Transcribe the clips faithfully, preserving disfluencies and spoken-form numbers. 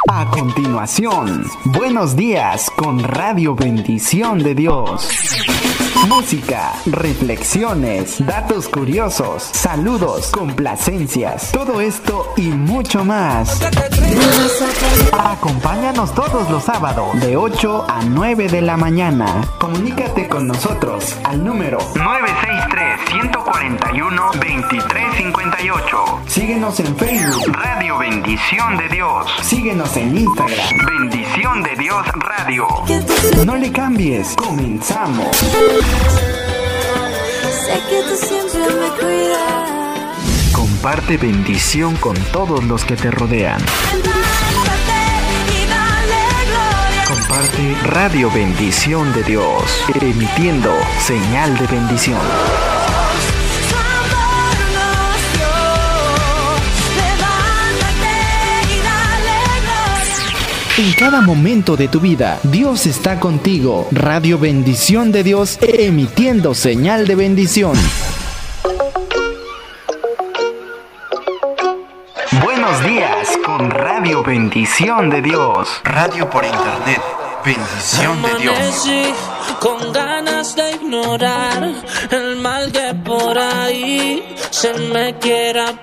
A continuación, Buenos Días con Radio Bendición de Dios. Música, reflexiones, datos curiosos, saludos, complacencias, todo esto y mucho más. Acompáñanos todos los sábados de ocho a nueve de la mañana. Comunícate con nosotros al número nueve seis tres, uno cuatro uno, dos tres cinco ocho. Síguenos en Facebook, Radio Bendición de Dios. Síguenos en Instagram, Bendición de Dios Radio. No le cambies, comenzamos. Sé que tú siempre me cuidas. Comparte bendición con todos los que te rodean. Comparte Radio Bendición de Dios, emitiendo señal de bendición. En cada momento de tu vida, Dios está contigo. Radio Bendición de Dios, emitiendo señal de bendición. Buenos días con Radio Bendición de Dios. Radio por internet, Bendición de Dios. Amanecí con ganas de ignorar el mal que por ahí se me quiera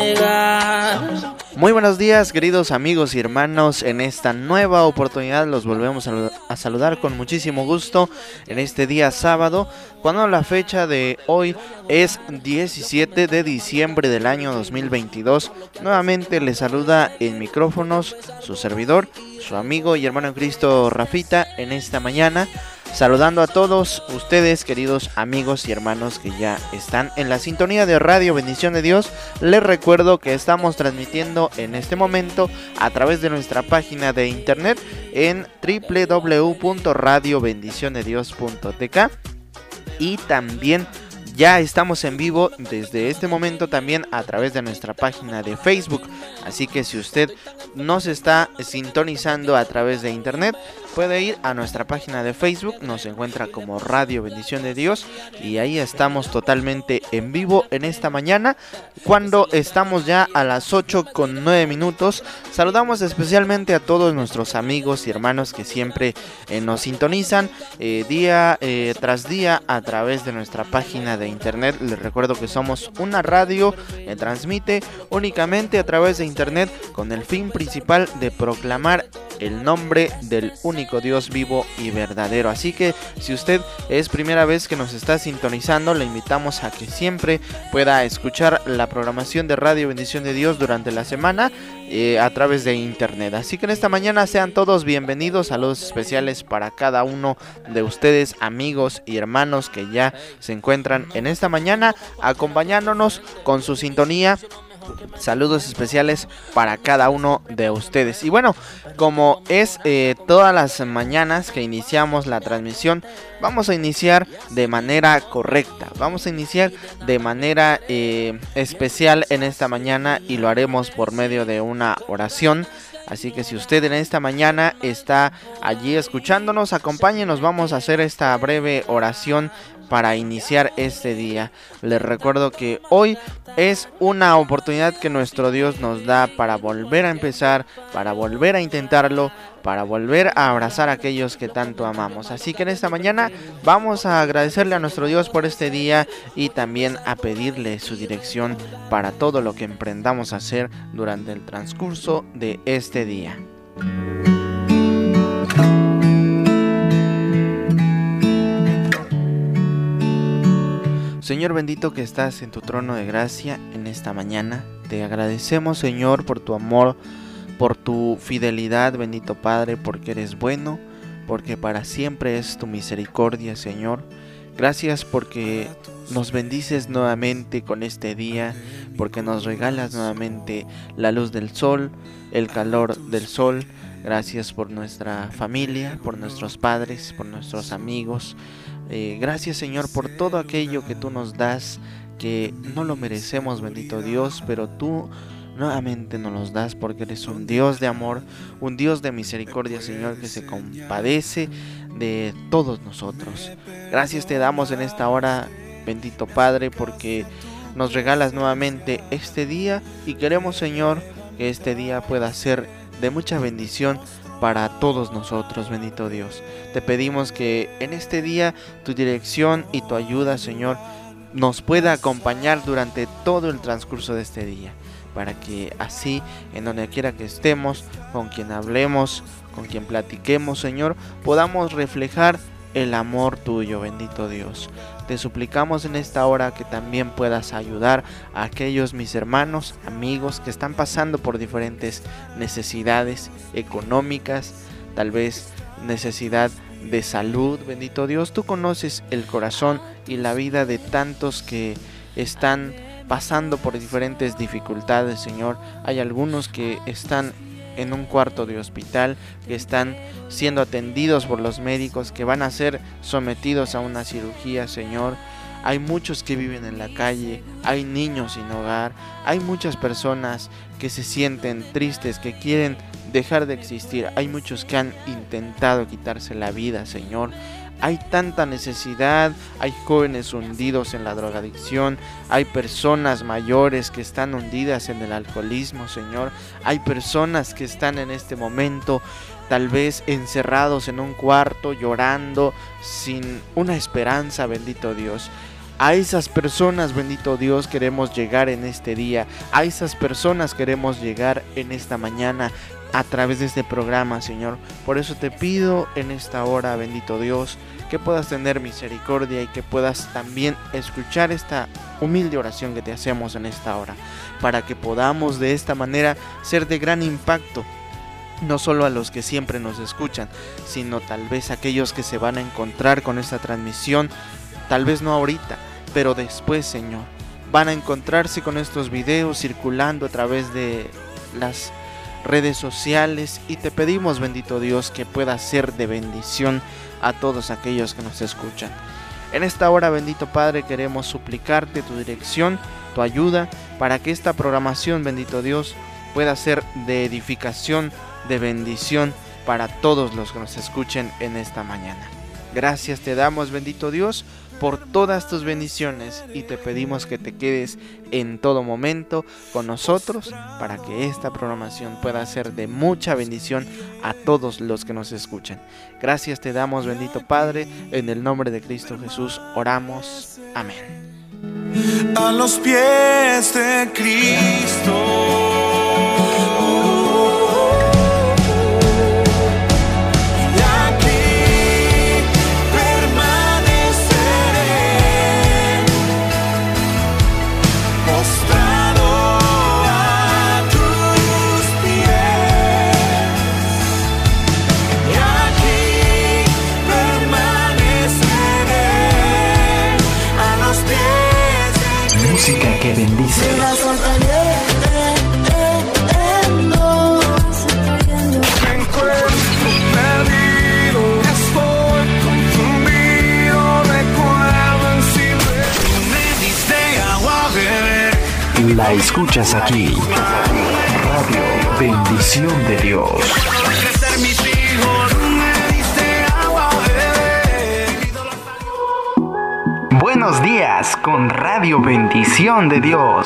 pegar. Muy buenos días, queridos amigos y hermanos. En esta nueva oportunidad los volvemos a saludar con muchísimo gusto en este día sábado, cuando la fecha de hoy es diecisiete de diciembre del año dos mil veintidós. Nuevamente les saluda en micrófonos su servidor, su amigo y hermano en Cristo Rafita, en esta mañana, saludando a todos ustedes, queridos amigos y hermanos que ya están en la sintonía de Radio Bendición de Dios. Les recuerdo que estamos transmitiendo en este momento a través de nuestra página de internet en doble u doble u doble u punto radio bendición de dios punto t k, y también ya estamos en vivo desde este momento también a través de nuestra página de Facebook. Así que si usted nos está sintonizando a través de internet, puede ir a nuestra página de Facebook, nos encuentra como Radio Bendición de Dios, y ahí estamos totalmente en vivo en esta mañana, cuando estamos ya a las ocho con nueve minutos. Saludamos especialmente a todos nuestros amigos y hermanos que siempre eh, nos sintonizan eh, día eh, tras día a través de nuestra página de internet. Les recuerdo que somos una radio que transmite únicamente a través de internet con el fin principal de proclamar el nombre del único Dios vivo y verdadero. Así que si usted es primera vez que nos está sintonizando, le invitamos a que siempre pueda escuchar la programación de Radio Bendición de Dios durante la semana eh, a través de internet. Así que en esta mañana sean todos bienvenidos. Saludos especiales para cada uno de ustedes, amigos y hermanos que ya se encuentran en esta mañana acompañándonos con su sintonía. Saludos especiales para cada uno de ustedes. Y bueno, como es eh, todas las mañanas que iniciamos la transmisión, vamos a iniciar de manera correcta. Vamos a iniciar de manera eh, especial en esta mañana, y lo haremos por medio de una oración. Así que si usted en esta mañana está allí escuchándonos, acompáñenos, vamos a hacer esta breve oración para iniciar este día. Les recuerdo que hoy es una oportunidad que nuestro Dios nos da para volver a empezar, para volver a intentarlo, para volver a abrazar a aquellos que tanto amamos. Así que en esta mañana vamos a agradecerle a nuestro Dios por este día y también a pedirle su dirección para todo lo que emprendamos a hacer durante el transcurso de este día. Señor bendito que estás en tu trono de gracia en esta mañana, te agradecemos, Señor, por tu amor, por tu fidelidad, bendito Padre, porque eres bueno, porque para siempre es tu misericordia, Señor. Gracias porque nos bendices nuevamente con este día, porque nos regalas nuevamente la luz del sol, el calor del sol. Gracias por nuestra familia, por nuestros padres, por nuestros amigos. Eh, gracias, Señor, por todo aquello que tú nos das, que no lo merecemos, bendito Dios, pero tú nuevamente nos los das porque eres un Dios de amor, un Dios de misericordia, Señor, que se compadece de todos nosotros. Gracias te damos en esta hora, bendito Padre, porque nos regalas nuevamente este día y queremos, Señor, que este día pueda ser de mucha bendición para todos nosotros, bendito Dios. Te pedimos que en este día tu dirección y tu ayuda, Señor, nos pueda acompañar durante todo el transcurso de este día, para que así, en donde quiera que estemos, con quien hablemos, con quien platiquemos, Señor, podamos reflejar el amor tuyo, bendito Dios. Te suplicamos en esta hora que también puedas ayudar a aquellos mis hermanos, amigos que están pasando por diferentes necesidades económicas, tal vez necesidad de salud, bendito Dios. Tú conoces el corazón y la vida de tantos que están pasando por diferentes dificultades, Señor. Hay algunos que están en un cuarto de hospital, que están siendo atendidos por los médicos, que van a ser sometidos a una cirugía, Señor. Hay muchos que viven en la calle, hay niños sin hogar, hay muchas personas que se sienten tristes, que quieren dejar de existir. Hay muchos que han intentado quitarse la vida, Señor. Hay tanta necesidad, hay jóvenes hundidos en la drogadicción, hay personas mayores que están hundidas en el alcoholismo, Señor. Hay personas que están en este momento tal vez encerrados en un cuarto, llorando, sin una esperanza, bendito Dios. A esas personas, bendito Dios, queremos llegar en este día. A esas personas queremos llegar en esta mañana a través de este programa, Señor. Por eso te pido en esta hora, bendito Dios, que puedas tener misericordia y que puedas también escuchar esta humilde oración que te hacemos en esta hora, para que podamos de esta manera ser de gran impacto, no solo a los que siempre nos escuchan, sino tal vez a aquellos que se van a encontrar con esta transmisión, tal vez no ahorita, pero después, Señor, van a encontrarse con estos videos circulando a través de las redes sociales, y te pedimos, bendito Dios, que pueda ser de bendición a todos aquellos que nos escuchan. En esta hora, bendito Padre, queremos suplicarte tu dirección, tu ayuda, para que esta programación, bendito Dios, pueda ser de edificación, de bendición para todos los que nos escuchen en esta mañana. Gracias te damos, bendito Dios, por todas tus bendiciones, y te pedimos que te quedes en todo momento con nosotros para que esta programación pueda ser de mucha bendición a todos los que nos escuchan. Gracias te damos, bendito Padre, en el nombre de Cristo Jesús oramos. Amén. A los pies de Cristo. Que bendice. La escuchas aquí. Radio Bendición de Dios. Buenos días con Radio Bendición de Dios.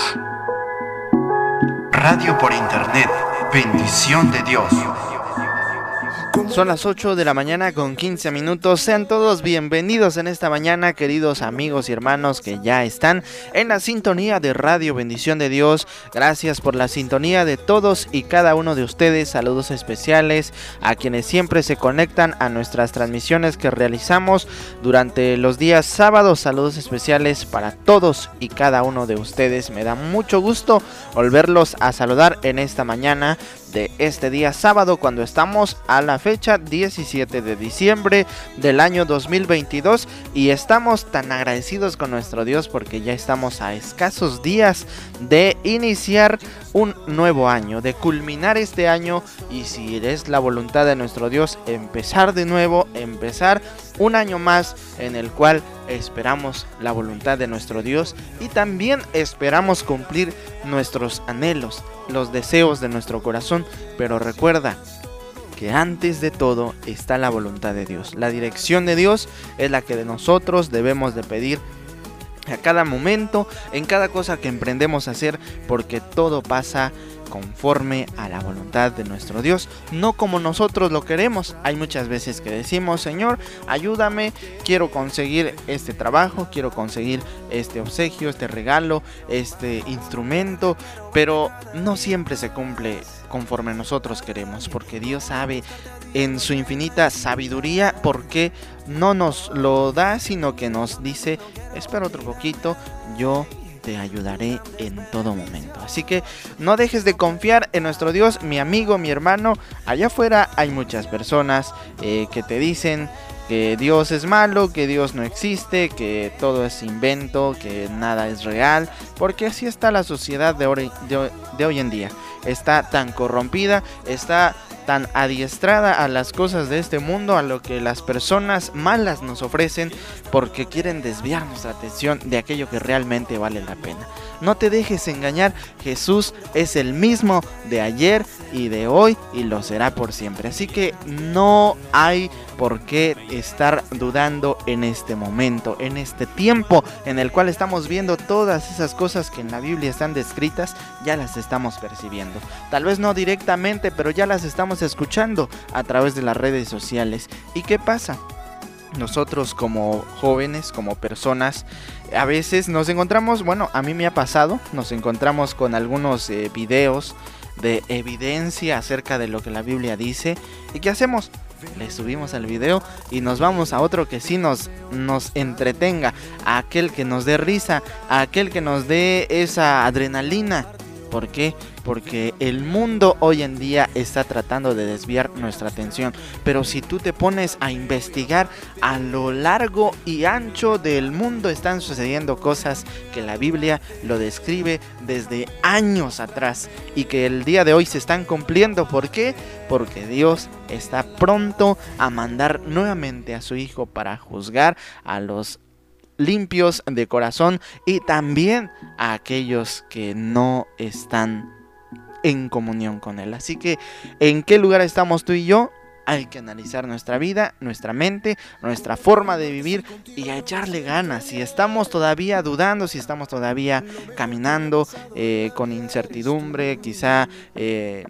Radio por internet, Bendición de Dios. Son las ocho de la mañana con quince minutos. Sean todos bienvenidos en esta mañana, queridos amigos y hermanos que ya están en la sintonía de Radio Bendición de Dios. Gracias por la sintonía de todos y cada uno de ustedes. Saludos especiales a quienes siempre se conectan a nuestras transmisiones que realizamos durante los días sábados. Saludos especiales para todos y cada uno de ustedes. Me da mucho gusto volverlos a saludar en esta mañana de este día sábado, cuando estamos a la fecha diecisiete de diciembre del año dos mil veintidós, y estamos tan agradecidos con nuestro Dios porque ya estamos a escasos días de iniciar un nuevo año, de culminar este año, y si es la voluntad de nuestro Dios, empezar de nuevo, empezar un año más en el cual esperamos la voluntad de nuestro Dios y también esperamos cumplir nuestros anhelos, los deseos de nuestro corazón. Pero recuerda que antes de todo está la voluntad de Dios. La dirección de Dios es la que de nosotros debemos de pedir a cada momento, en cada cosa que emprendemos a hacer, porque todo pasa conforme a la voluntad de nuestro Dios, no como nosotros lo queremos. Hay muchas veces que decimos: Señor, ayúdame, quiero conseguir este trabajo, quiero conseguir este obsequio, este regalo, este instrumento, pero no siempre se cumple conforme nosotros queremos, porque Dios sabe en su infinita sabiduría por qué no nos lo da, sino que nos dice: espera otro poquito, yo te ayudaré en todo momento. Así que no dejes de confiar en nuestro Dios, mi amigo, mi hermano. Allá afuera hay muchas personas eh, que te dicen que Dios es malo, que Dios no existe, que todo es invento, que nada es real, porque así está la sociedad de hoy, de, de hoy en día. Está tan corrompida, está tan adiestrada a las cosas de este mundo, a lo que las personas malas nos ofrecen, porque quieren desviar nuestra atención de aquello que realmente vale la pena. No te dejes engañar, Jesús es el mismo de ayer y de hoy y lo será por siempre. Así que no hay por qué estar dudando en este momento, en este tiempo en el cual estamos viendo todas esas cosas que en la Biblia están descritas, ya las estamos percibiendo. Tal vez no directamente, pero ya las estamos escuchando a través de las redes sociales. ¿Y qué pasa? Nosotros como jóvenes, como personas, a veces nos encontramos, bueno, a mí me ha pasado, nos encontramos con algunos eh, videos de evidencia acerca de lo que la Biblia dice. ¿Y qué hacemos? Le subimos al video y nos vamos a otro que sí nos, nos entretenga, a aquel que nos dé risa, a aquel que nos dé esa adrenalina. ¿Por qué? Porque el mundo hoy en día está tratando de desviar nuestra atención. Pero si tú te pones a investigar, a lo largo y ancho del mundo están sucediendo cosas que la Biblia lo describe desde años atrás y que el día de hoy se están cumpliendo. ¿Por qué? Porque Dios está pronto a mandar nuevamente a su Hijo para juzgar a los limpios de corazón y también a aquellos que no están en comunión con Él. Así que, ¿en qué lugar estamos tú y yo? Hay que analizar nuestra vida, nuestra mente, nuestra forma de vivir y a echarle ganas. Si estamos todavía dudando, si estamos todavía caminando eh, con incertidumbre, quizá eh,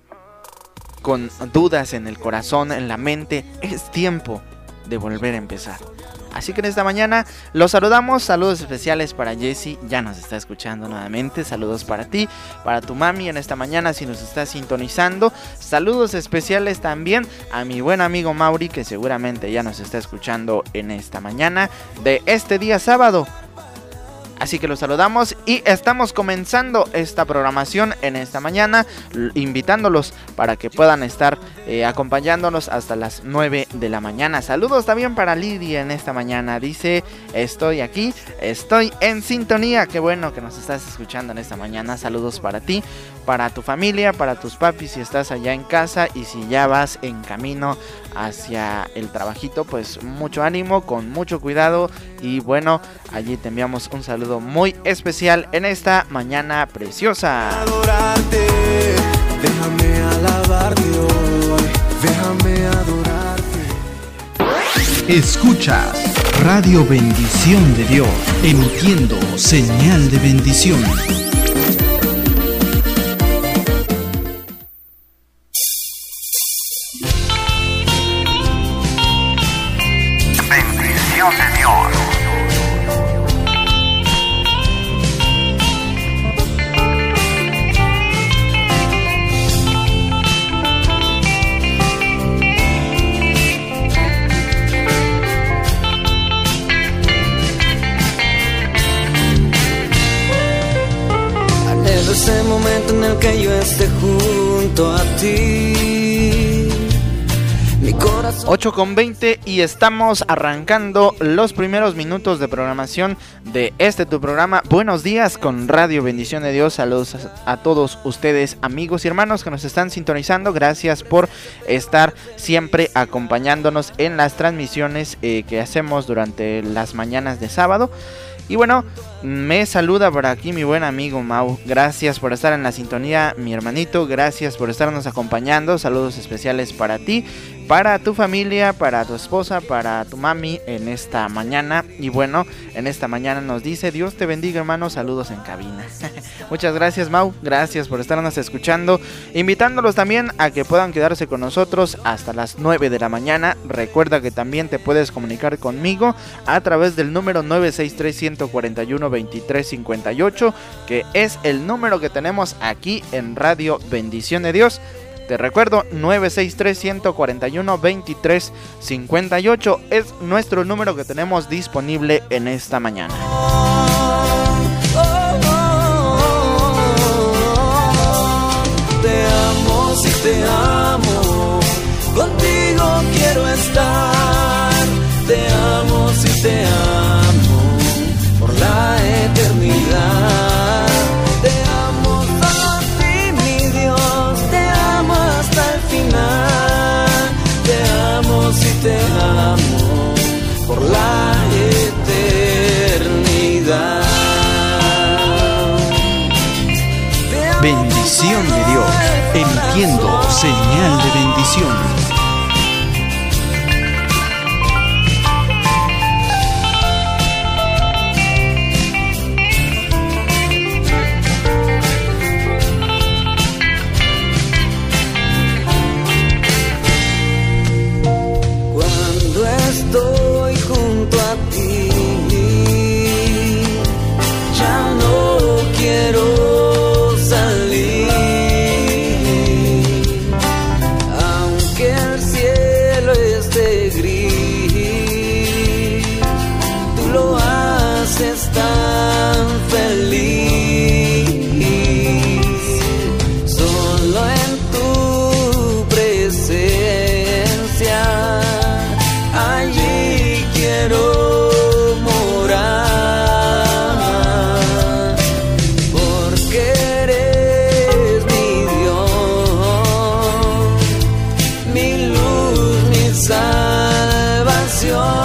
con dudas en el corazón, en la mente, es tiempo de volver a empezar. Así que en esta mañana los saludamos, saludos especiales para Jessy, ya nos está escuchando nuevamente, saludos para ti, para tu mami en esta mañana si nos está sintonizando, saludos especiales también a mi buen amigo Mauri que seguramente ya nos está escuchando en esta mañana de este día sábado. Así que los saludamos y estamos comenzando esta programación en esta mañana, invitándolos para que puedan estar eh, acompañándonos hasta las nueve de la mañana. Saludos también para Lidia en esta mañana. Dice: estoy aquí, estoy en sintonía. Qué bueno que nos estás escuchando en esta mañana. Saludos para ti, para tu familia, para tus papis si estás allá en casa y si ya vas en camino hacia el trabajito, pues mucho ánimo, con mucho cuidado y bueno, allí te enviamos un saludo muy especial en esta mañana preciosa. Adorarte, déjame alabarte hoy, déjame adorarte. Escuchas Radio Bendición de Dios, emitiendo señal de bendición. Bendición de Dios. Ese momento en el que yo esté junto a ti, mi corazón. ocho con veinte y estamos arrancando los primeros minutos de programación de este tu programa Buenos Días con Radio Bendición de Dios. Saludos a, a todos ustedes, amigos y hermanos que nos están sintonizando. Gracias por estar siempre acompañándonos en las transmisiones eh, que hacemos durante las mañanas de sábado. Y bueno, me saluda por aquí mi buen amigo Mau. Gracias por estar en la sintonía, mi hermanito. Gracias por estarnos acompañando. Saludos especiales para ti, para tu familia, para tu esposa, para tu mami en esta mañana. Y bueno, en esta mañana nos dice: Dios te bendiga, hermano. Saludos en cabina. Muchas gracias, Mau. Gracias por estarnos escuchando. Invitándolos también a que puedan quedarse con nosotros hasta las nueve de la mañana. Recuerda que también te puedes comunicar conmigo a través del número nueve seis tres, uno cuatro uno, veintitrés cincuenta y ocho, que es el número que tenemos aquí en Radio Bendición de Dios. Te recuerdo, nueve seis tres, uno cuatro uno, veintitrés cincuenta y ocho es nuestro número que tenemos disponible en esta mañana. Te amo, sí te amo, contigo quiero estar. Te amo, sí te amo, por la eternidad. Te amo solo a ti, mi Dios, te amo hasta el final. Te amo, sí te amo, por la eternidad. Bendición de Dios, emitiendo señal de bendición. Estoy junto a ti, ya no quiero salir, aunque el cielo esté gris, tú lo haces tan feliz, solo en tu presencia. Allí quiero morar, porque eres mi Dios, mi luz, mi salvación.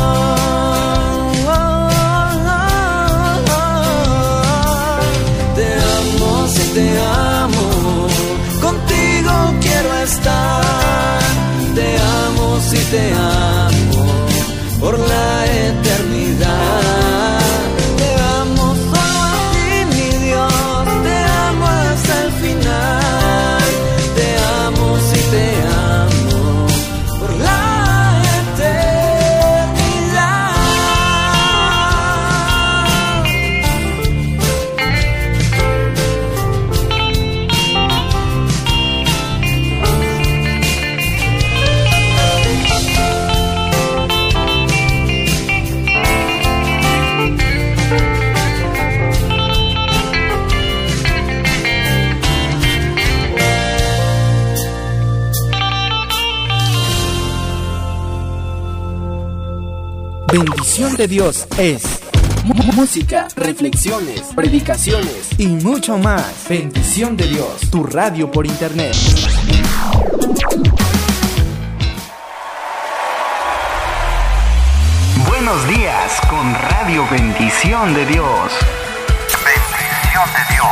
Te amo, sí te amo, contigo quiero estar. Te amo, sí te amo, por la eternidad. Te amo solo a ti, mi Dios, te amo hasta el final. Te amo, sí te amo, por la eternidad. Bendición de Dios es música, reflexiones, predicaciones y mucho más. Bendición de Dios, tu radio por internet. Buenos días con Radio Bendición de Dios. Bendición de Dios.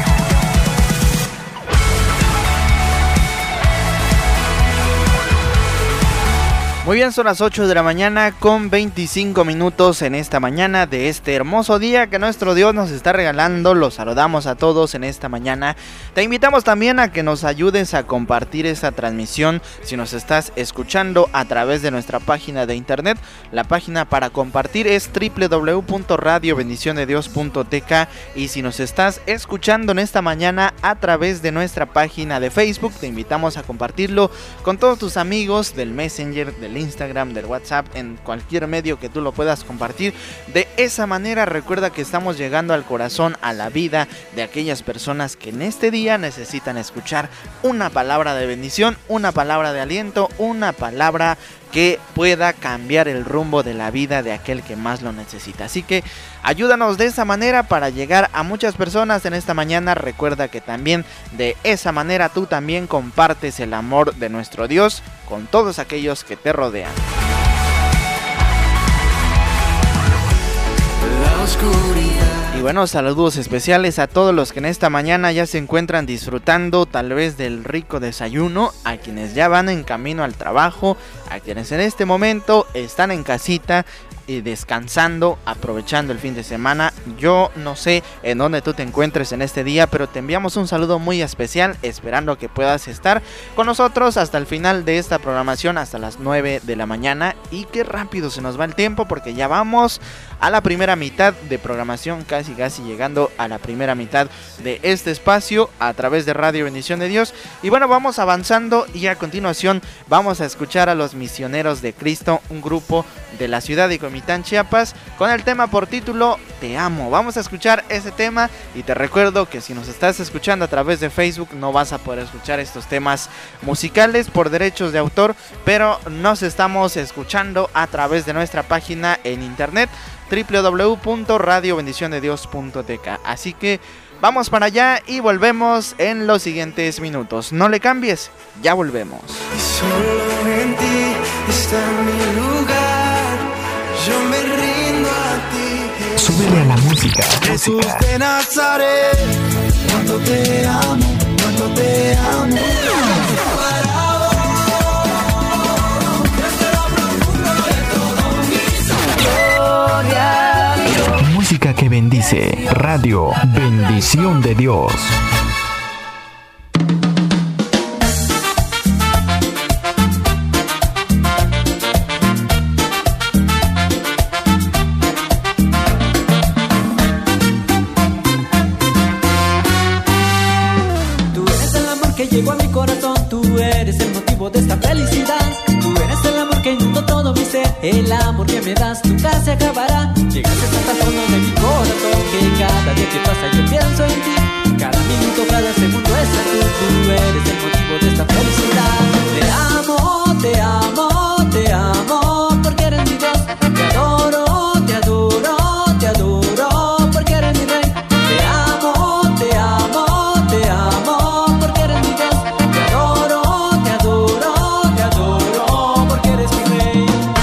Muy bien, son las ocho de la mañana con veinticinco minutos en esta mañana de este hermoso día que nuestro Dios nos está regalando. Los saludamos a todos en esta mañana. Te invitamos también a que nos ayudes a compartir esta transmisión. Si nos estás escuchando a través de nuestra página de internet, la página para compartir es doble u doble u doble u punto radio bendición de dios punto t k. Y si nos estás escuchando en esta mañana a través de nuestra página de Facebook, te invitamos a compartirlo con todos tus amigos del Messenger, del Instagram, del WhatsApp, en cualquier medio que tú lo puedas compartir. De esa manera recuerda que estamos llegando al corazón, a la vida de aquellas personas que en este día necesitan escuchar una palabra de bendición, una palabra de aliento, una palabra que pueda cambiar el rumbo de la vida de aquel que más lo necesita. Así que ayúdanos de esa manera para llegar a muchas personas en esta mañana. Recuerda que también de esa manera tú también compartes el amor de nuestro Dios con todos aquellos que te rodean. La oscuridad. Y bueno, saludos especiales a todos los que en esta mañana ya se encuentran disfrutando tal vez del rico desayuno, a quienes ya van en camino al trabajo, a quienes en este momento están en casita y descansando, aprovechando el fin de semana. Yo no sé en dónde tú te encuentres en este día, pero te enviamos un saludo muy especial, esperando que puedas estar con nosotros hasta el final de esta programación, hasta las nueve de la mañana. Y qué rápido se nos va el tiempo, porque ya vamos a la primera mitad de programación, casi casi llegando a la primera mitad de este espacio a través de Radio Bendición de Dios. Y bueno, vamos avanzando y a continuación vamos a escuchar a los Misioneros de Cristo, un grupo de la ciudad de Comitán, Chiapas, con el tema por título Te Amo. Vamos a escuchar ese tema y te recuerdo que si nos estás escuchando a través de Facebook no vas a poder escuchar estos temas musicales por derechos de autor, pero nos estamos escuchando a través de nuestra página en internet doble u doble u doble u punto radio bendición de dios punto t k. Así que vamos para allá y volvemos en los siguientes minutos. No le cambies, ya volvemos. Solo en ti está mi lugar, yo me rindo a ti. Súbele a la música. Jesús música. de Nazaret, cuánto te amo, cuánto te amo. Música que bendice. Radio Bendición de Dios. Tú eres el amor que llegó a mi corazón, tú eres el motivo de esta felicidad. Tú eres el amor que inundó todo mi ser, el amor que me das nunca se acabará. Llegaste hasta el fondo de mi corazón, que cada día que pasa yo pienso en ti. Cada minuto, cada segundo estás tú, tú eres el motivo de esta felicidad. Te amo, te amo, te amo, porque eres mi Dios. Te adoro, te adoro, te adoro, porque eres mi rey. Te amo, te amo, te amo, porque eres mi Dios. Te adoro, te adoro, te adoro, porque eres mi rey.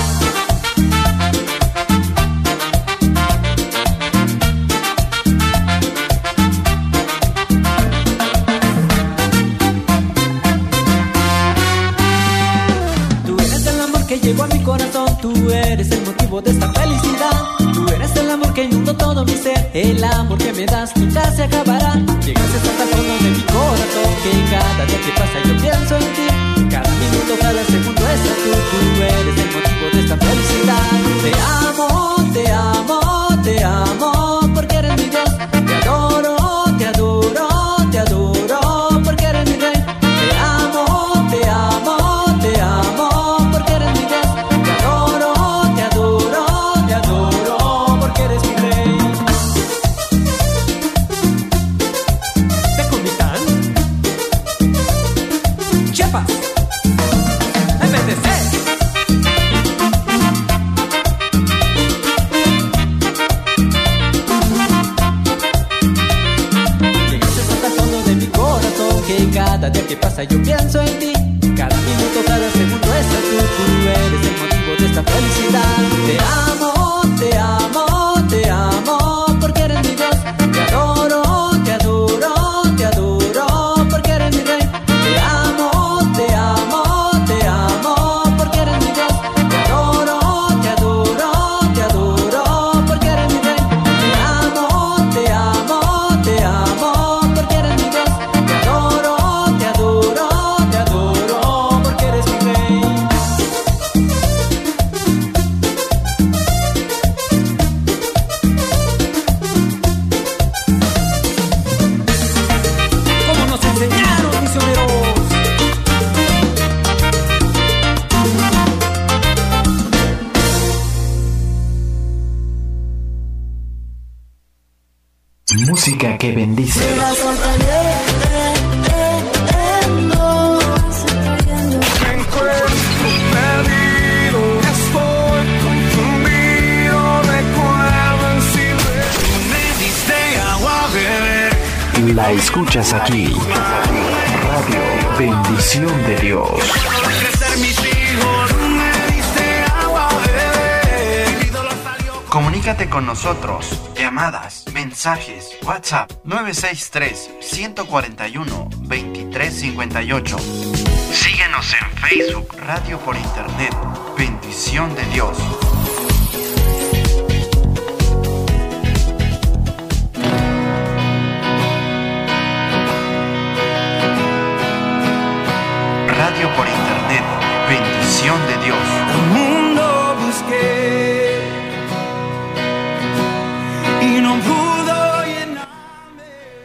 Tú eres el amor que llegó a mi corazón, tú eres el motivo de esta felicidad. Tú eres el amor que inundó todo mi ser, el amor que me das nunca se acabará. Llegaste hasta el fondo de mi corazón, que cada día que pasa yo pienso en ti. Cada minuto, cada segundo estás tú, tú eres el motivo de esta felicidad. Te amo, te amo, te amo, porque eres mi Dios. Te adoro, te adoro, te adoro, porque eres mi rey. Te amo, te amo, te amo, porque eres mi Dios. Te adoro, te adoro, te adoro, porque eres mi rey. De Comitán, Chiapas, M D C. Llegaste hasta el fondo de mi corazón, que cada día que pasa yo pienso en ti. Cada minuto, cada segundo estás tú, tú eres el motivo de esta felicidad. Te amo, te amo, te amo, porque eres mi Dios. Te adoro, te adoro, te adoro, porque eres mi rey. Te amo, te amo, te amo, porque eres mi Dios. Te adoro, te adoro, te adoro, porque eres mi rey. Te amo, te amo, te amo, porque eres mi Dios. Te adoro, te adoro, te adoro, porque eres mi rey. Como nos enseñaron misioneros. Música que bendice. Me encuentro perdido, estoy confundido. Recuerden si me diste agua a beber. La escuchas aquí. Radio Bendición de Dios. Crecer mis hijos, me diste agua a beber. Mi dolor salió. Comunícate con nosotros. Te llamadas, mensajes, WhatsApp nueve seis tres, uno cuatro uno, dos tres cinco ocho. Síguenos en Facebook, Radio por Internet, Bendición de Dios. Radio por Internet, Bendición de Dios. El mundo busqué y no pudo llenarme.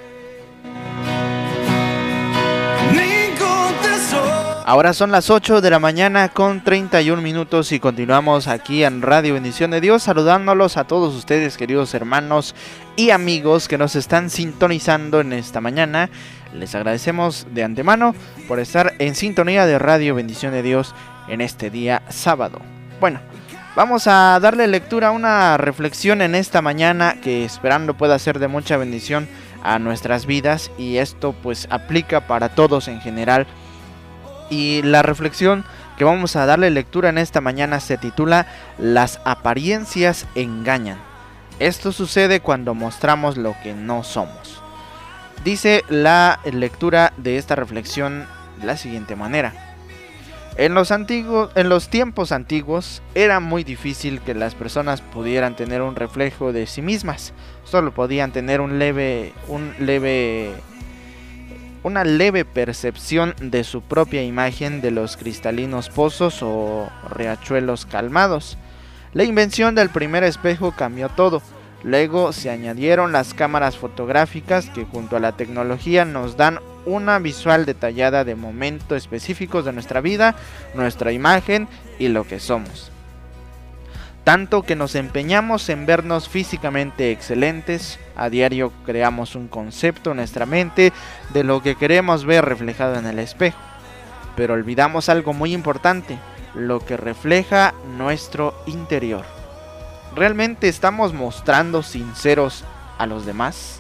Me contestó. Ahora son las ocho de la mañana con treinta y un minutos y continuamos aquí en Radio Bendición de Dios, saludándolos a todos ustedes, queridos hermanos y amigos que nos están sintonizando en esta mañana. Les agradecemos de antemano por estar en sintonía de Radio Bendición de Dios en este día sábado. Bueno, vamos a darle lectura a una reflexión en esta mañana que esperando pueda ser de mucha bendición a nuestras vidas, y esto pues aplica para todos en general. Y la reflexión que vamos a darle lectura en esta mañana se titula Las apariencias engañan. Esto sucede cuando mostramos lo que no somos. Dice la lectura de esta reflexión de la siguiente manera. En los, antiguos, en los tiempos antiguos era muy difícil que las personas pudieran tener un reflejo de sí mismas. Solo podían tener un leve, un leve, una leve percepción de su propia imagen de los cristalinos pozos o riachuelos calmados. La invención del primer espejo cambió todo. Luego se añadieron las cámaras fotográficas que junto a la tecnología nos dan una visual detallada de momentos específicos de nuestra vida, nuestra imagen y lo que somos. Tanto que nos empeñamos en vernos físicamente excelentes, a diario creamos un concepto en nuestra mente de lo que queremos ver reflejado en el espejo. Pero olvidamos algo muy importante, lo que refleja nuestro interior. ¿Realmente estamos mostrando sinceros a los demás?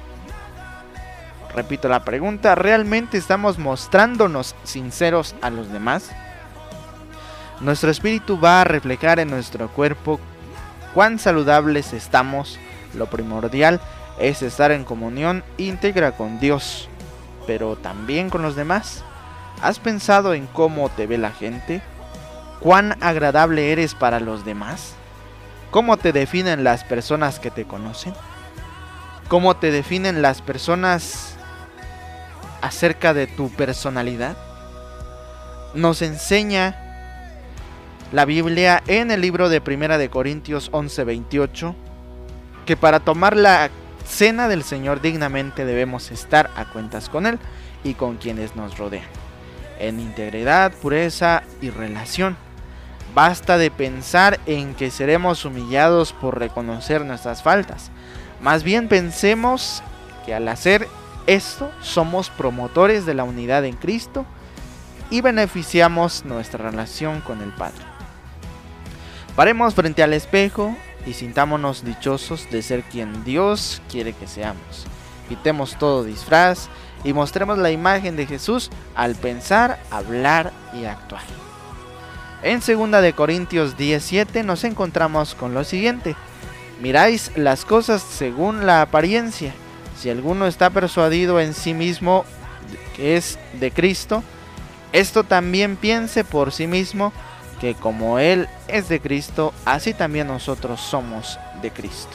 Repito la pregunta, ¿realmente estamos mostrándonos sinceros a los demás? Nuestro espíritu va a reflejar en nuestro cuerpo cuán saludables estamos. Lo primordial es estar en comunión íntegra con Dios, pero también con los demás. ¿Has pensado en cómo te ve la gente? ¿Cuán agradable eres para los demás? ¿Cómo te definen las personas que te conocen? ¿Cómo te definen las personas acerca de tu personalidad? Nos enseña la Biblia en el libro de Primera de Corintios once veintiocho que para tomar la cena del Señor dignamente debemos estar a cuentas con Él y con quienes nos rodean, en integridad, pureza y relación. Basta de pensar en que seremos humillados por reconocer nuestras faltas. Más bien pensemos que al hacer esto somos promotores de la unidad en Cristo y beneficiamos nuestra relación con el Padre. Paremos frente al espejo y sintámonos dichosos de ser quien Dios quiere que seamos. Quitemos todo disfraz y mostremos la imagen de Jesús al pensar, hablar y actuar. En segunda de Corintios diez siete nos encontramos con lo siguiente: miráis las cosas según la apariencia. Si alguno está persuadido en sí mismo que es de Cristo, esto también piense por sí mismo, que como Él es de Cristo, así también nosotros somos de Cristo.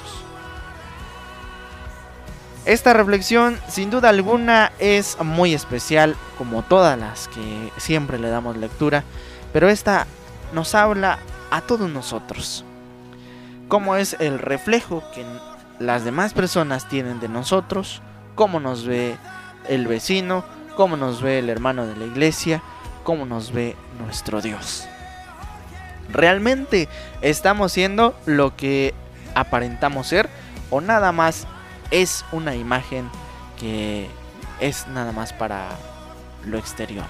Esta reflexión sin duda alguna es muy especial, como todas las que siempre le damos lectura, pero esta nos habla a todos nosotros. Cómo es el reflejo que las demás personas tienen de nosotros, cómo nos ve el vecino, cómo nos ve el hermano de la iglesia, cómo nos ve nuestro Dios. ¿Realmente estamos siendo lo que aparentamos ser o nada más es una imagen que es nada más para lo exterior?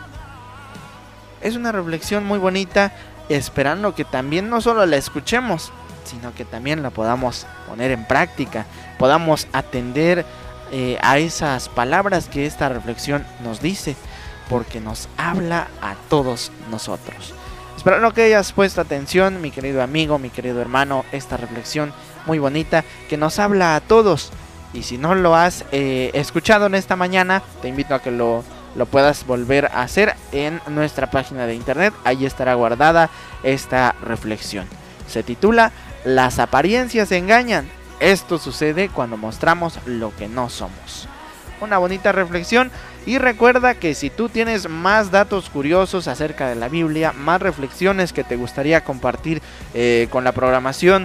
Es una reflexión muy bonita, esperando que también no solo la escuchemos, sino que también la podamos poner en práctica, podamos atender eh, a esas palabras que esta reflexión nos dice, porque nos habla a todos nosotros. Espero que hayas puesto atención, mi querido amigo, mi querido hermano. Esta reflexión muy bonita que nos habla a todos. Y si no lo has eh, escuchado en esta mañana, te invito a que lo, lo puedas volver a hacer en nuestra página de internet. Ahí estará guardada esta reflexión. Se titula Las apariencias engañan. Esto sucede cuando mostramos lo que no somos. Una bonita reflexión. Y recuerda que si tú tienes más datos curiosos acerca de la Biblia, más reflexiones que te gustaría compartir eh, con la programación,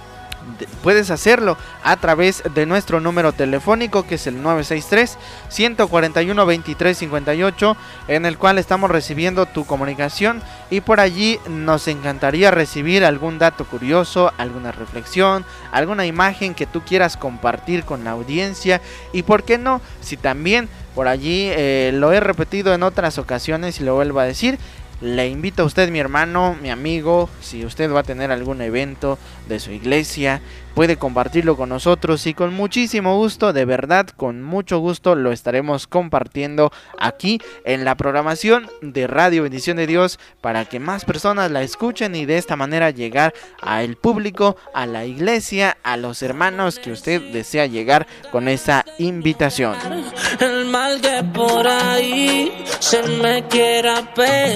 puedes hacerlo a través de nuestro número telefónico, que es el nueve seis tres, uno cuatro uno, dos tres cinco ocho, en el cual estamos recibiendo tu comunicación, y por allí nos encantaría recibir algún dato curioso, alguna reflexión, alguna imagen que tú quieras compartir con la audiencia. Y por qué no, si también por allí eh, lo he repetido en otras ocasiones y lo vuelvo a decir, le invito a usted, mi hermano, mi amigo, si usted va a tener algún evento de su iglesia, puede compartirlo con nosotros y con muchísimo gusto, de verdad, con mucho gusto lo estaremos compartiendo aquí en la programación de Radio Bendición de Dios, para que más personas la escuchen y de esta manera llegar al público, a la iglesia, a los hermanos que usted desea llegar con esa invitación. El mal que por ahí se me quiera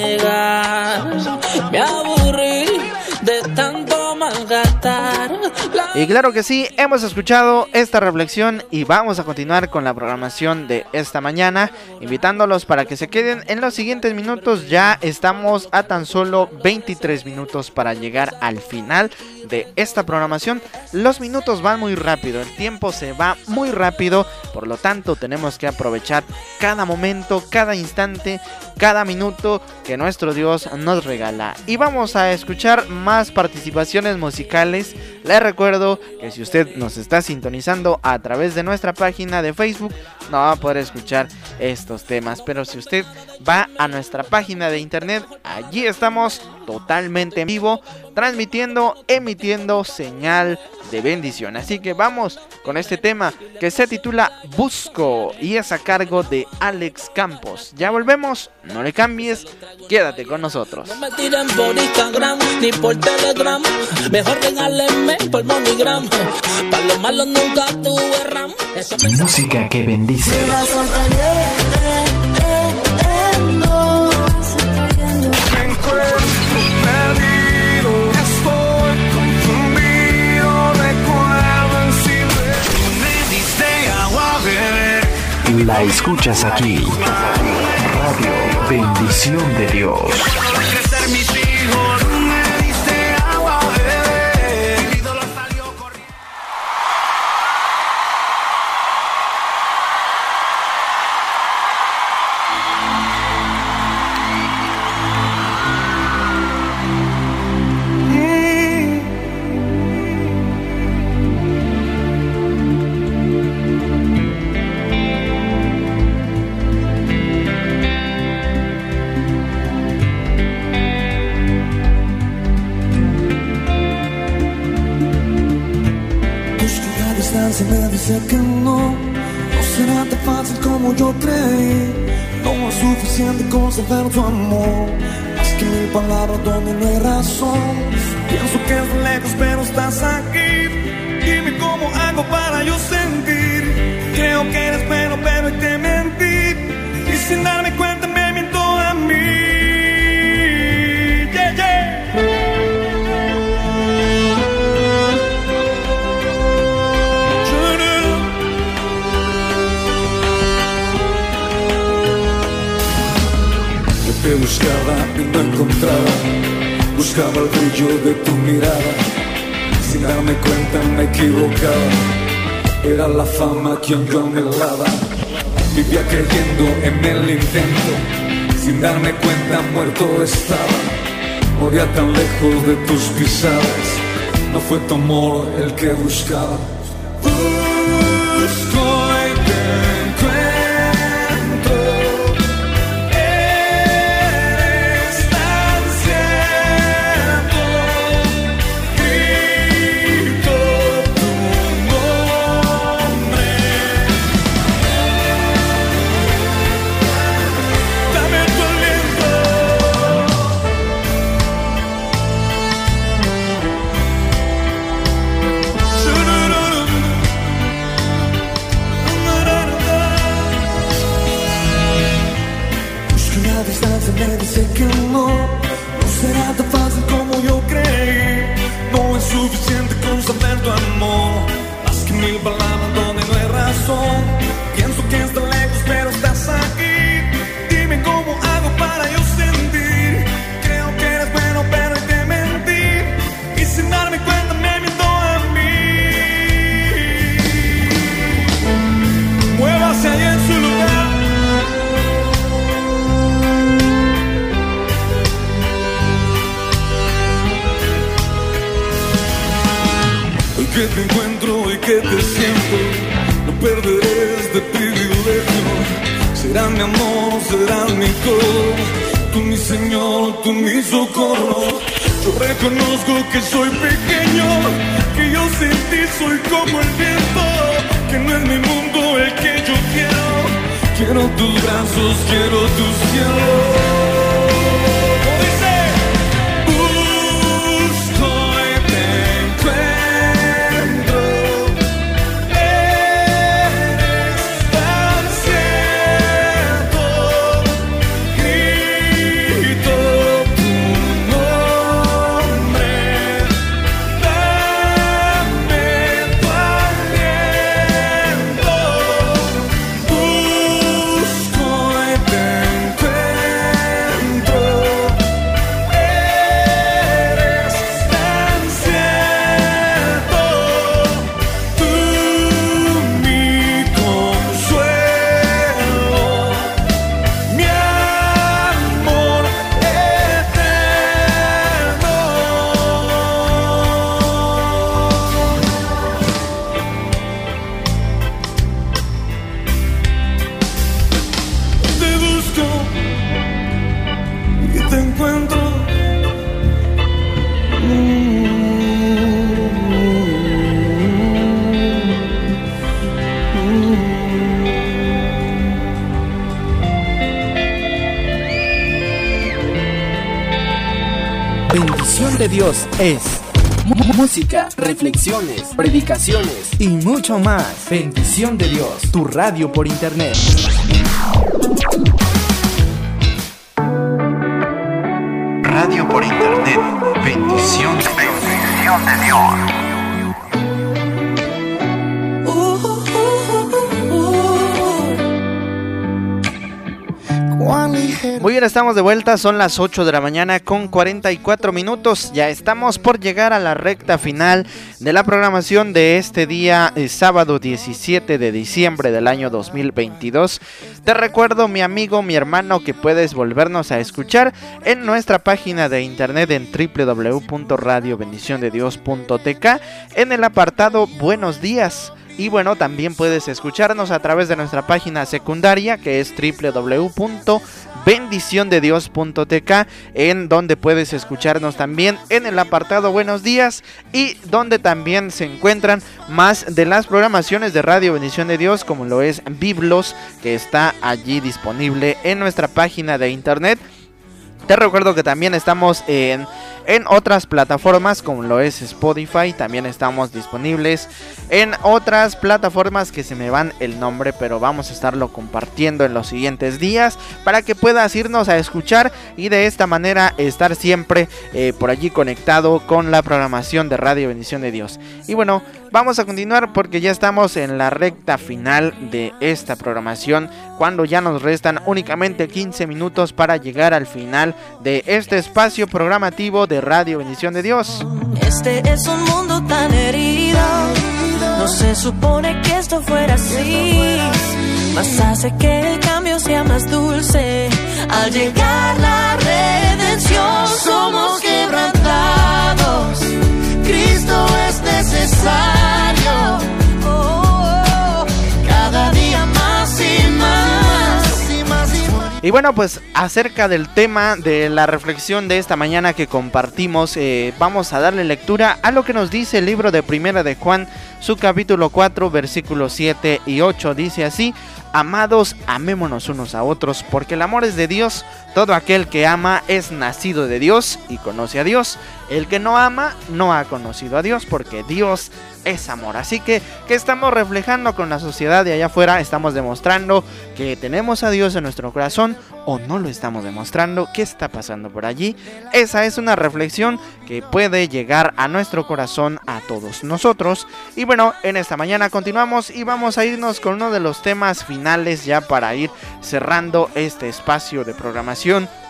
pegar, me aburrí de tanto malgastar. Y claro que sí, hemos escuchado esta reflexión y vamos a continuar con la programación de esta mañana, invitándolos para que se queden en los siguientes minutos. Ya estamos a tan solo veintitrés minutos para llegar al final de esta programación. Los minutos van muy rápido, el tiempo se va muy rápido, por lo tanto tenemos que aprovechar cada momento, cada instante, cada minuto que nuestro Dios nos regala. Y vamos a escuchar más participaciones musicales. Les recuerdo que si usted nos está sintonizando a través de nuestra página de Facebook, no va a poder escuchar estos temas, pero si usted va a nuestra página de internet, allí estamos totalmente en vivo, transmitiendo, emitiendo señal de bendición. Así que vamos con este tema que se titula Busco y es a cargo de Alex Campos. Ya volvemos, no le cambies, quédate con nosotros. No me tiren por Instagram ni por Telegram, mejor regálenme por MoneyGram. Para los malos nunca tuve RAM. Música que bendice. La escuchas aquí. Radio Bendición de Dios. Me dice que no, no será tan fácil como yo creí. No es suficiente con saber tu amor, más que mil palabras donde no hay razón. Pienso que es lejos pero estás aquí. Dime cómo hago para yo sentir. Creo que eres bueno pero te mentí, y sin darme cuenta me miento a mí. Yeah, yeah. Te buscaba y no encontraba, buscaba el brillo de tu mirada. Sin darme cuenta me equivocaba, era la fama quien yo anhelaba. Vivía creyendo en el intento, sin darme cuenta muerto estaba. Moría tan lejos de tus pisadas, no fue tu amor el que buscaba. Busco y te encuentro. Should que te encuentro y que te siento, no perderé este privilegio. Será mi amor, será mi todo, tú mi Señor, tú mi socorro. Yo reconozco que soy pequeño, que yo sin ti soy como el viento, que no es mi mundo el que yo quiero. Quiero tus brazos, quiero tu cielo. Bendición de Dios es música, reflexiones, predicaciones y mucho más. Bendición de Dios, tu radio por internet. Radio por internet, bendición de Dios. Bendición de Dios. Muy bien, estamos de vuelta, son las ocho de la mañana con cuarenta y cuatro minutos. Ya estamos por llegar a la recta final de la programación de este día, eh, sábado diecisiete de diciembre del año dos mil veintidós. Te recuerdo, mi amigo, mi hermano, que puedes volvernos a escuchar en nuestra página de internet en doble u doble u doble u punto radio bendición de dios punto t k en el apartado Buenos Días. Y bueno, también puedes escucharnos a través de nuestra página secundaria, que es doble u doble u doble u punto bendición de dios punto t k, en donde puedes escucharnos también en el apartado Buenos Días, y donde también se encuentran más de las programaciones de Radio Bendición de Dios, como lo es Biblos, que está allí disponible en nuestra página de internet. Te recuerdo que también estamos en, en otras plataformas, como lo es Spotify. También estamos disponibles en otras plataformas que se me van el nombre, pero vamos a estarlo compartiendo en los siguientes días para que puedas irnos a escuchar y de esta manera estar siempre eh, por allí conectado con la programación de Radio Bendición de Dios. Y bueno, vamos a continuar porque ya estamos en la recta final de esta programación, cuando ya nos restan únicamente quince minutos para llegar al final de este espacio programativo de Radio Bendición de Dios. Este es un mundo tan herido, no se supone que esto fuera así, mas hace que el cambio sea más dulce. Al llegar la redención somos quebrantados, Cristo es necesario, oh, oh, oh, cada día más y más, y más y más. Y bueno, pues acerca del tema de la reflexión de esta mañana que compartimos, eh, vamos a darle lectura a lo que nos dice el libro de Primera de Juan, su capítulo cuatro, versículos siete y ocho. Dice así: amados, amémonos unos a otros, porque el amor es de Dios. Todo aquel que ama es nacido de Dios y conoce a Dios. El que no ama no ha conocido a Dios, porque Dios es amor. Así que, ¿qué estamos reflejando con la sociedad de allá afuera? ¿Estamos demostrando que tenemos a Dios en nuestro corazón o no lo estamos demostrando? ¿Qué está pasando por allí? Esa es una reflexión que puede llegar a nuestro corazón a todos nosotros. Y bueno, en esta mañana continuamos y vamos a irnos con uno de los temas finales ya para ir cerrando este espacio de programación.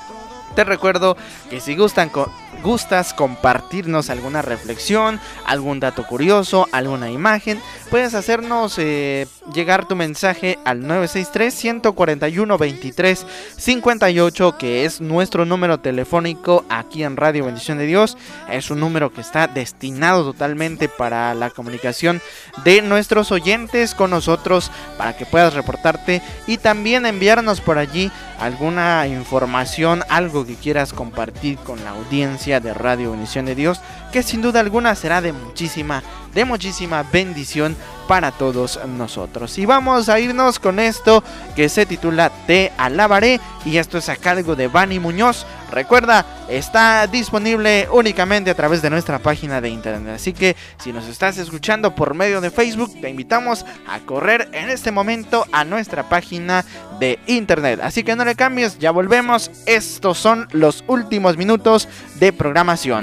Te recuerdo que si gustan co- gustas compartirnos alguna reflexión, algún dato curioso, alguna imagen, puedes hacernos eh, llegar tu mensaje al nueve seis tres, uno cuatro uno, veintitrés cincuenta y ocho, que es nuestro número telefónico aquí en Radio Bendición de Dios. Es un número que está destinado totalmente para la comunicación de nuestros oyentes con nosotros, para que puedas reportarte y también enviarnos por allí alguna información, algo que quieras compartir con la audiencia de Radio Bendición de Dios, que sin duda alguna será de muchísima, de muchísima bendición para todos nosotros. Y vamos a irnos con esto que se titula Te Alabaré, y esto es a cargo de Vani Muñoz. Recuerda, está disponible únicamente a través de nuestra página de internet, así que si nos estás escuchando por medio de Facebook, te invitamos a correr en este momento a nuestra página de internet. Así que no le cambies, ya volvemos. Estos son los últimos minutos de programación.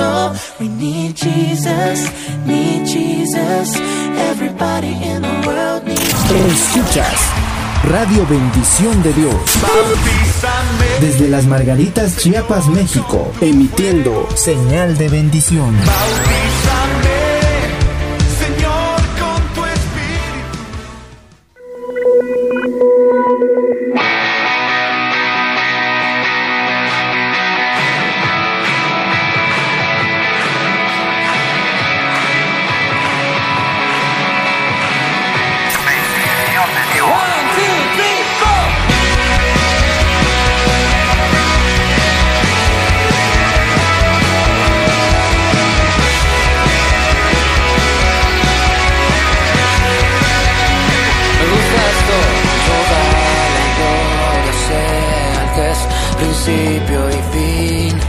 Escuchas Radio Bendición de Dios desde Las Margaritas, Chiapas, México, emitiendo señal de bendición. Señor, con tu espíritu. Principio y fin,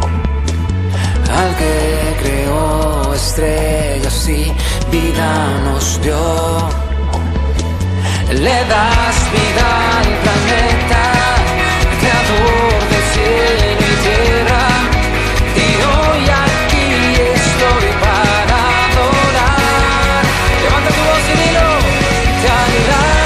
al que creó estrellas y vida nos dio. Le das vida al planeta, creador del cielo y tierra, y hoy aquí estoy para adorar. Levanta tu voz y dilo, te alabaré.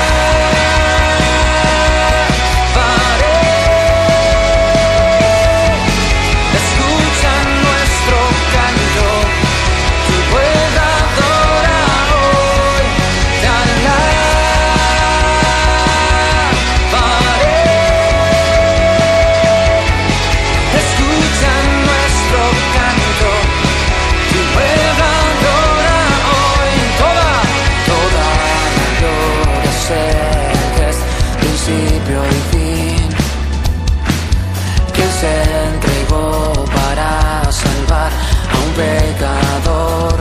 Pecador,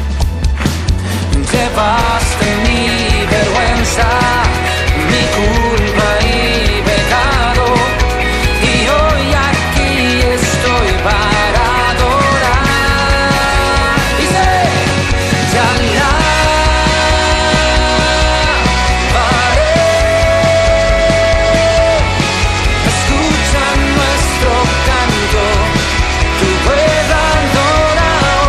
llevaste mi vergüenza, mi culpa y pecado, y hoy aquí estoy para adorar. Dice, te alabaré. Escucha nuestro canto, tu pueblo adora.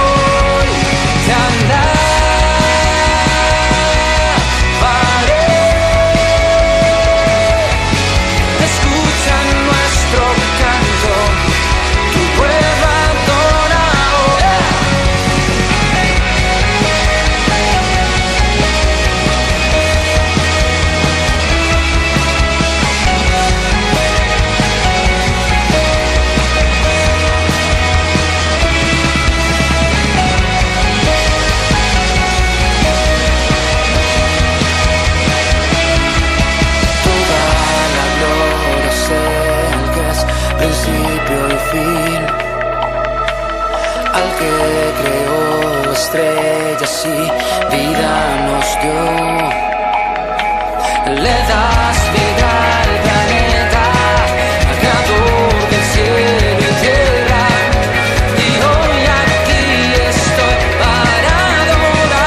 Al que creó estrellas y vida nos dio, le das vida al planeta, al creador del cielo y tierra, y hoy aquí estoy para adorar.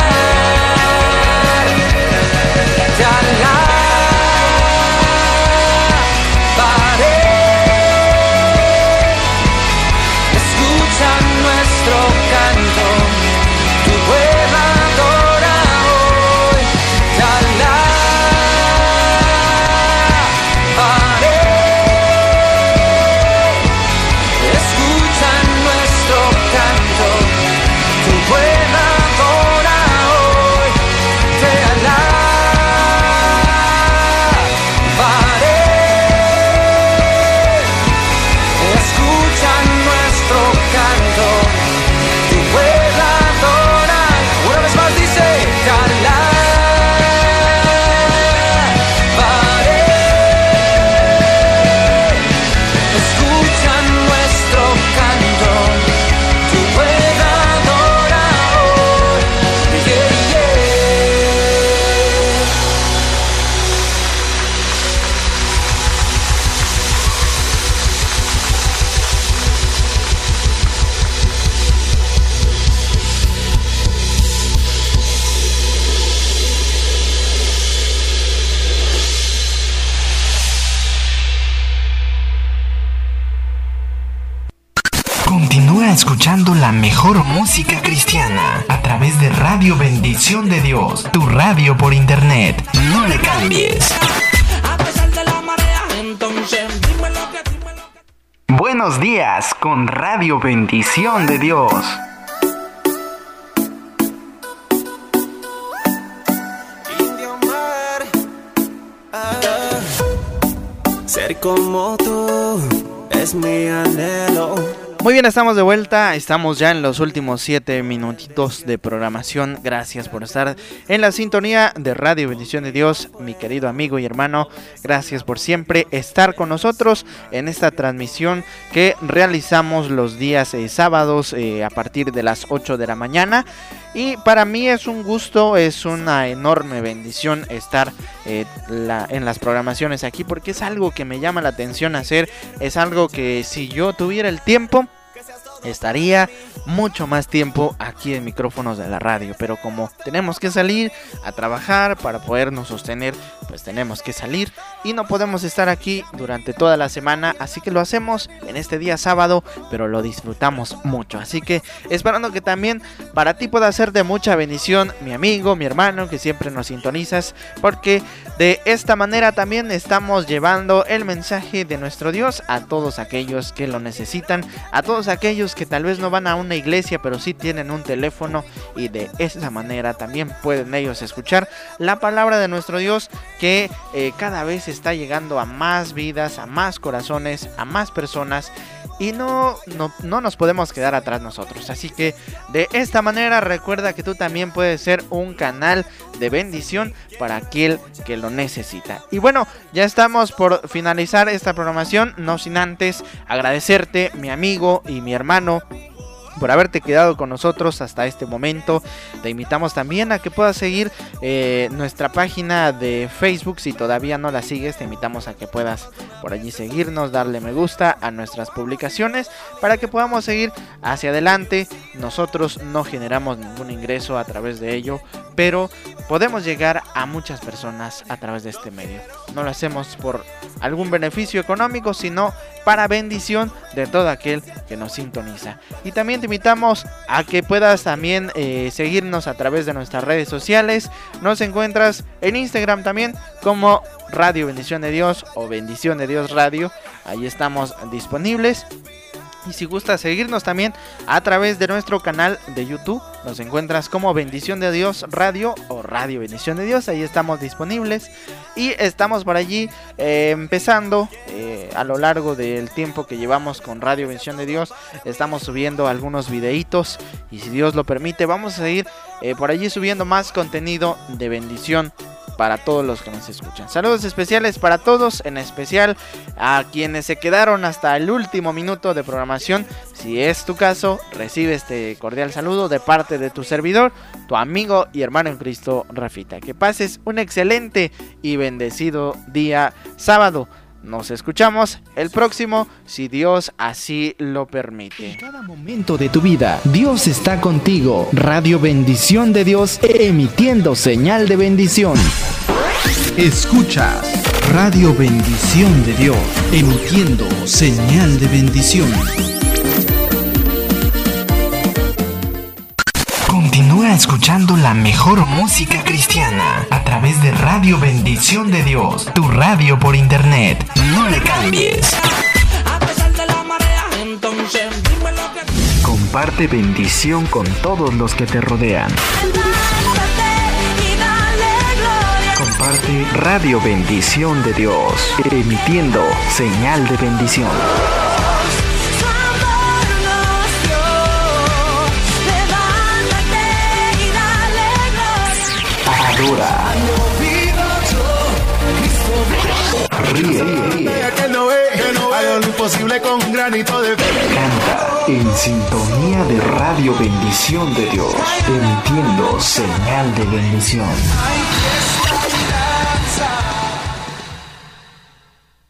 Te alabaré. Escucha nuestro canto, tu pueblo adora hoy. Te alabaré. Continúa escuchando la mejor música cristiana a través de Radio Bendición de Dios, tu radio por internet. No le cambies. A pesar de la marea, entonces dime lo que, dime lo que... Buenos días con Radio Bendición de Dios. Ser como tú es mi anhelo. Muy bien, estamos de vuelta, estamos ya en los últimos siete minutitos de programación. Gracias por estar en la sintonía de Radio Bendición de Dios, mi querido amigo y hermano. Gracias por siempre estar con nosotros en esta transmisión que realizamos los días eh, sábados eh, a partir de las ocho de la mañana. Y para mí es un gusto, es una enorme bendición estar eh, la, en las programaciones aquí, porque es algo que me llama la atención hacer, es algo que si yo tuviera el tiempo, estaría mucho más tiempo aquí en micrófonos de la radio, pero como tenemos que salir a trabajar para podernos sostener, pues tenemos que salir y no podemos estar aquí durante toda la semana, así que lo hacemos en este día sábado, pero lo disfrutamos mucho, así que esperando que también para ti pueda ser de mucha bendición, mi amigo, mi hermano, que siempre nos sintonizas, porque de esta manera también estamos llevando el mensaje de nuestro Dios a todos aquellos que lo necesitan, a todos aquellos que tal vez no van a una iglesia, pero sí tienen un teléfono, y de esa manera también pueden ellos escuchar la palabra de nuestro Dios, que eh, cada vez está llegando a más vidas, a más corazones, a más personas, y no, no, no nos podemos quedar atrás nosotros. Así que de esta manera recuerda que tú también puedes ser un canal de bendición para aquel que lo necesita. Y bueno, ya estamos por finalizar esta programación, no sin antes agradecerte, mi amigo y mi hermano, por haberte quedado con nosotros hasta este momento. Te invitamos también a que puedas seguir eh, nuestra página de Facebook. Si todavía no la sigues, te invitamos a que puedas por allí seguirnos, darle me gusta a nuestras publicaciones para que podamos seguir hacia adelante. Nosotros no generamos ningún ingreso a través de ello, pero podemos llegar a muchas personas a través de este medio. No lo hacemos por algún beneficio económico, sino para bendición de todo aquel que nos sintoniza. Y también te invitamos a que puedas también eh, seguirnos a través de nuestras redes sociales. Nos encuentras en Instagram también como Radio Bendición de Dios o Bendición de Dios Radio. Ahí estamos disponibles. Y si gustas seguirnos también a través de nuestro canal de YouTube, nos encuentras como Bendición de Dios Radio o Radio Bendición de Dios. Ahí estamos disponibles y estamos por allí eh, empezando eh, a lo largo del tiempo que llevamos con Radio Bendición de Dios. Estamos subiendo algunos videitos y si Dios lo permite vamos a seguir eh, por allí subiendo más contenido de bendición para todos los que nos escuchan. Saludos especiales para todos, en especial a quienes se quedaron hasta el último minuto de programación. Si es tu caso, recibe este cordial saludo de parte de tu servidor, tu amigo y hermano en Cristo, Rafita. Que pases un excelente y bendecido día sábado. Nos escuchamos el próximo, si Dios así lo permite. En cada momento de tu vida, Dios está contigo. Radio Bendición de Dios, emitiendo señal de bendición. Escucha Radio Bendición de Dios, emitiendo señal de bendición. Continúa escuchando la mejor música cristiana a través de Radio Bendición de Dios, tu radio por internet. No le cambies. A pesar de la marea, entonces dime lo que... Comparte bendición con todos los que te rodean. Comparte Radio Bendición de Dios, emitiendo señal de bendición. Adora. Ríe. Canta en sintonía de Radio Bendición de Dios, emitiendo señal de bendición.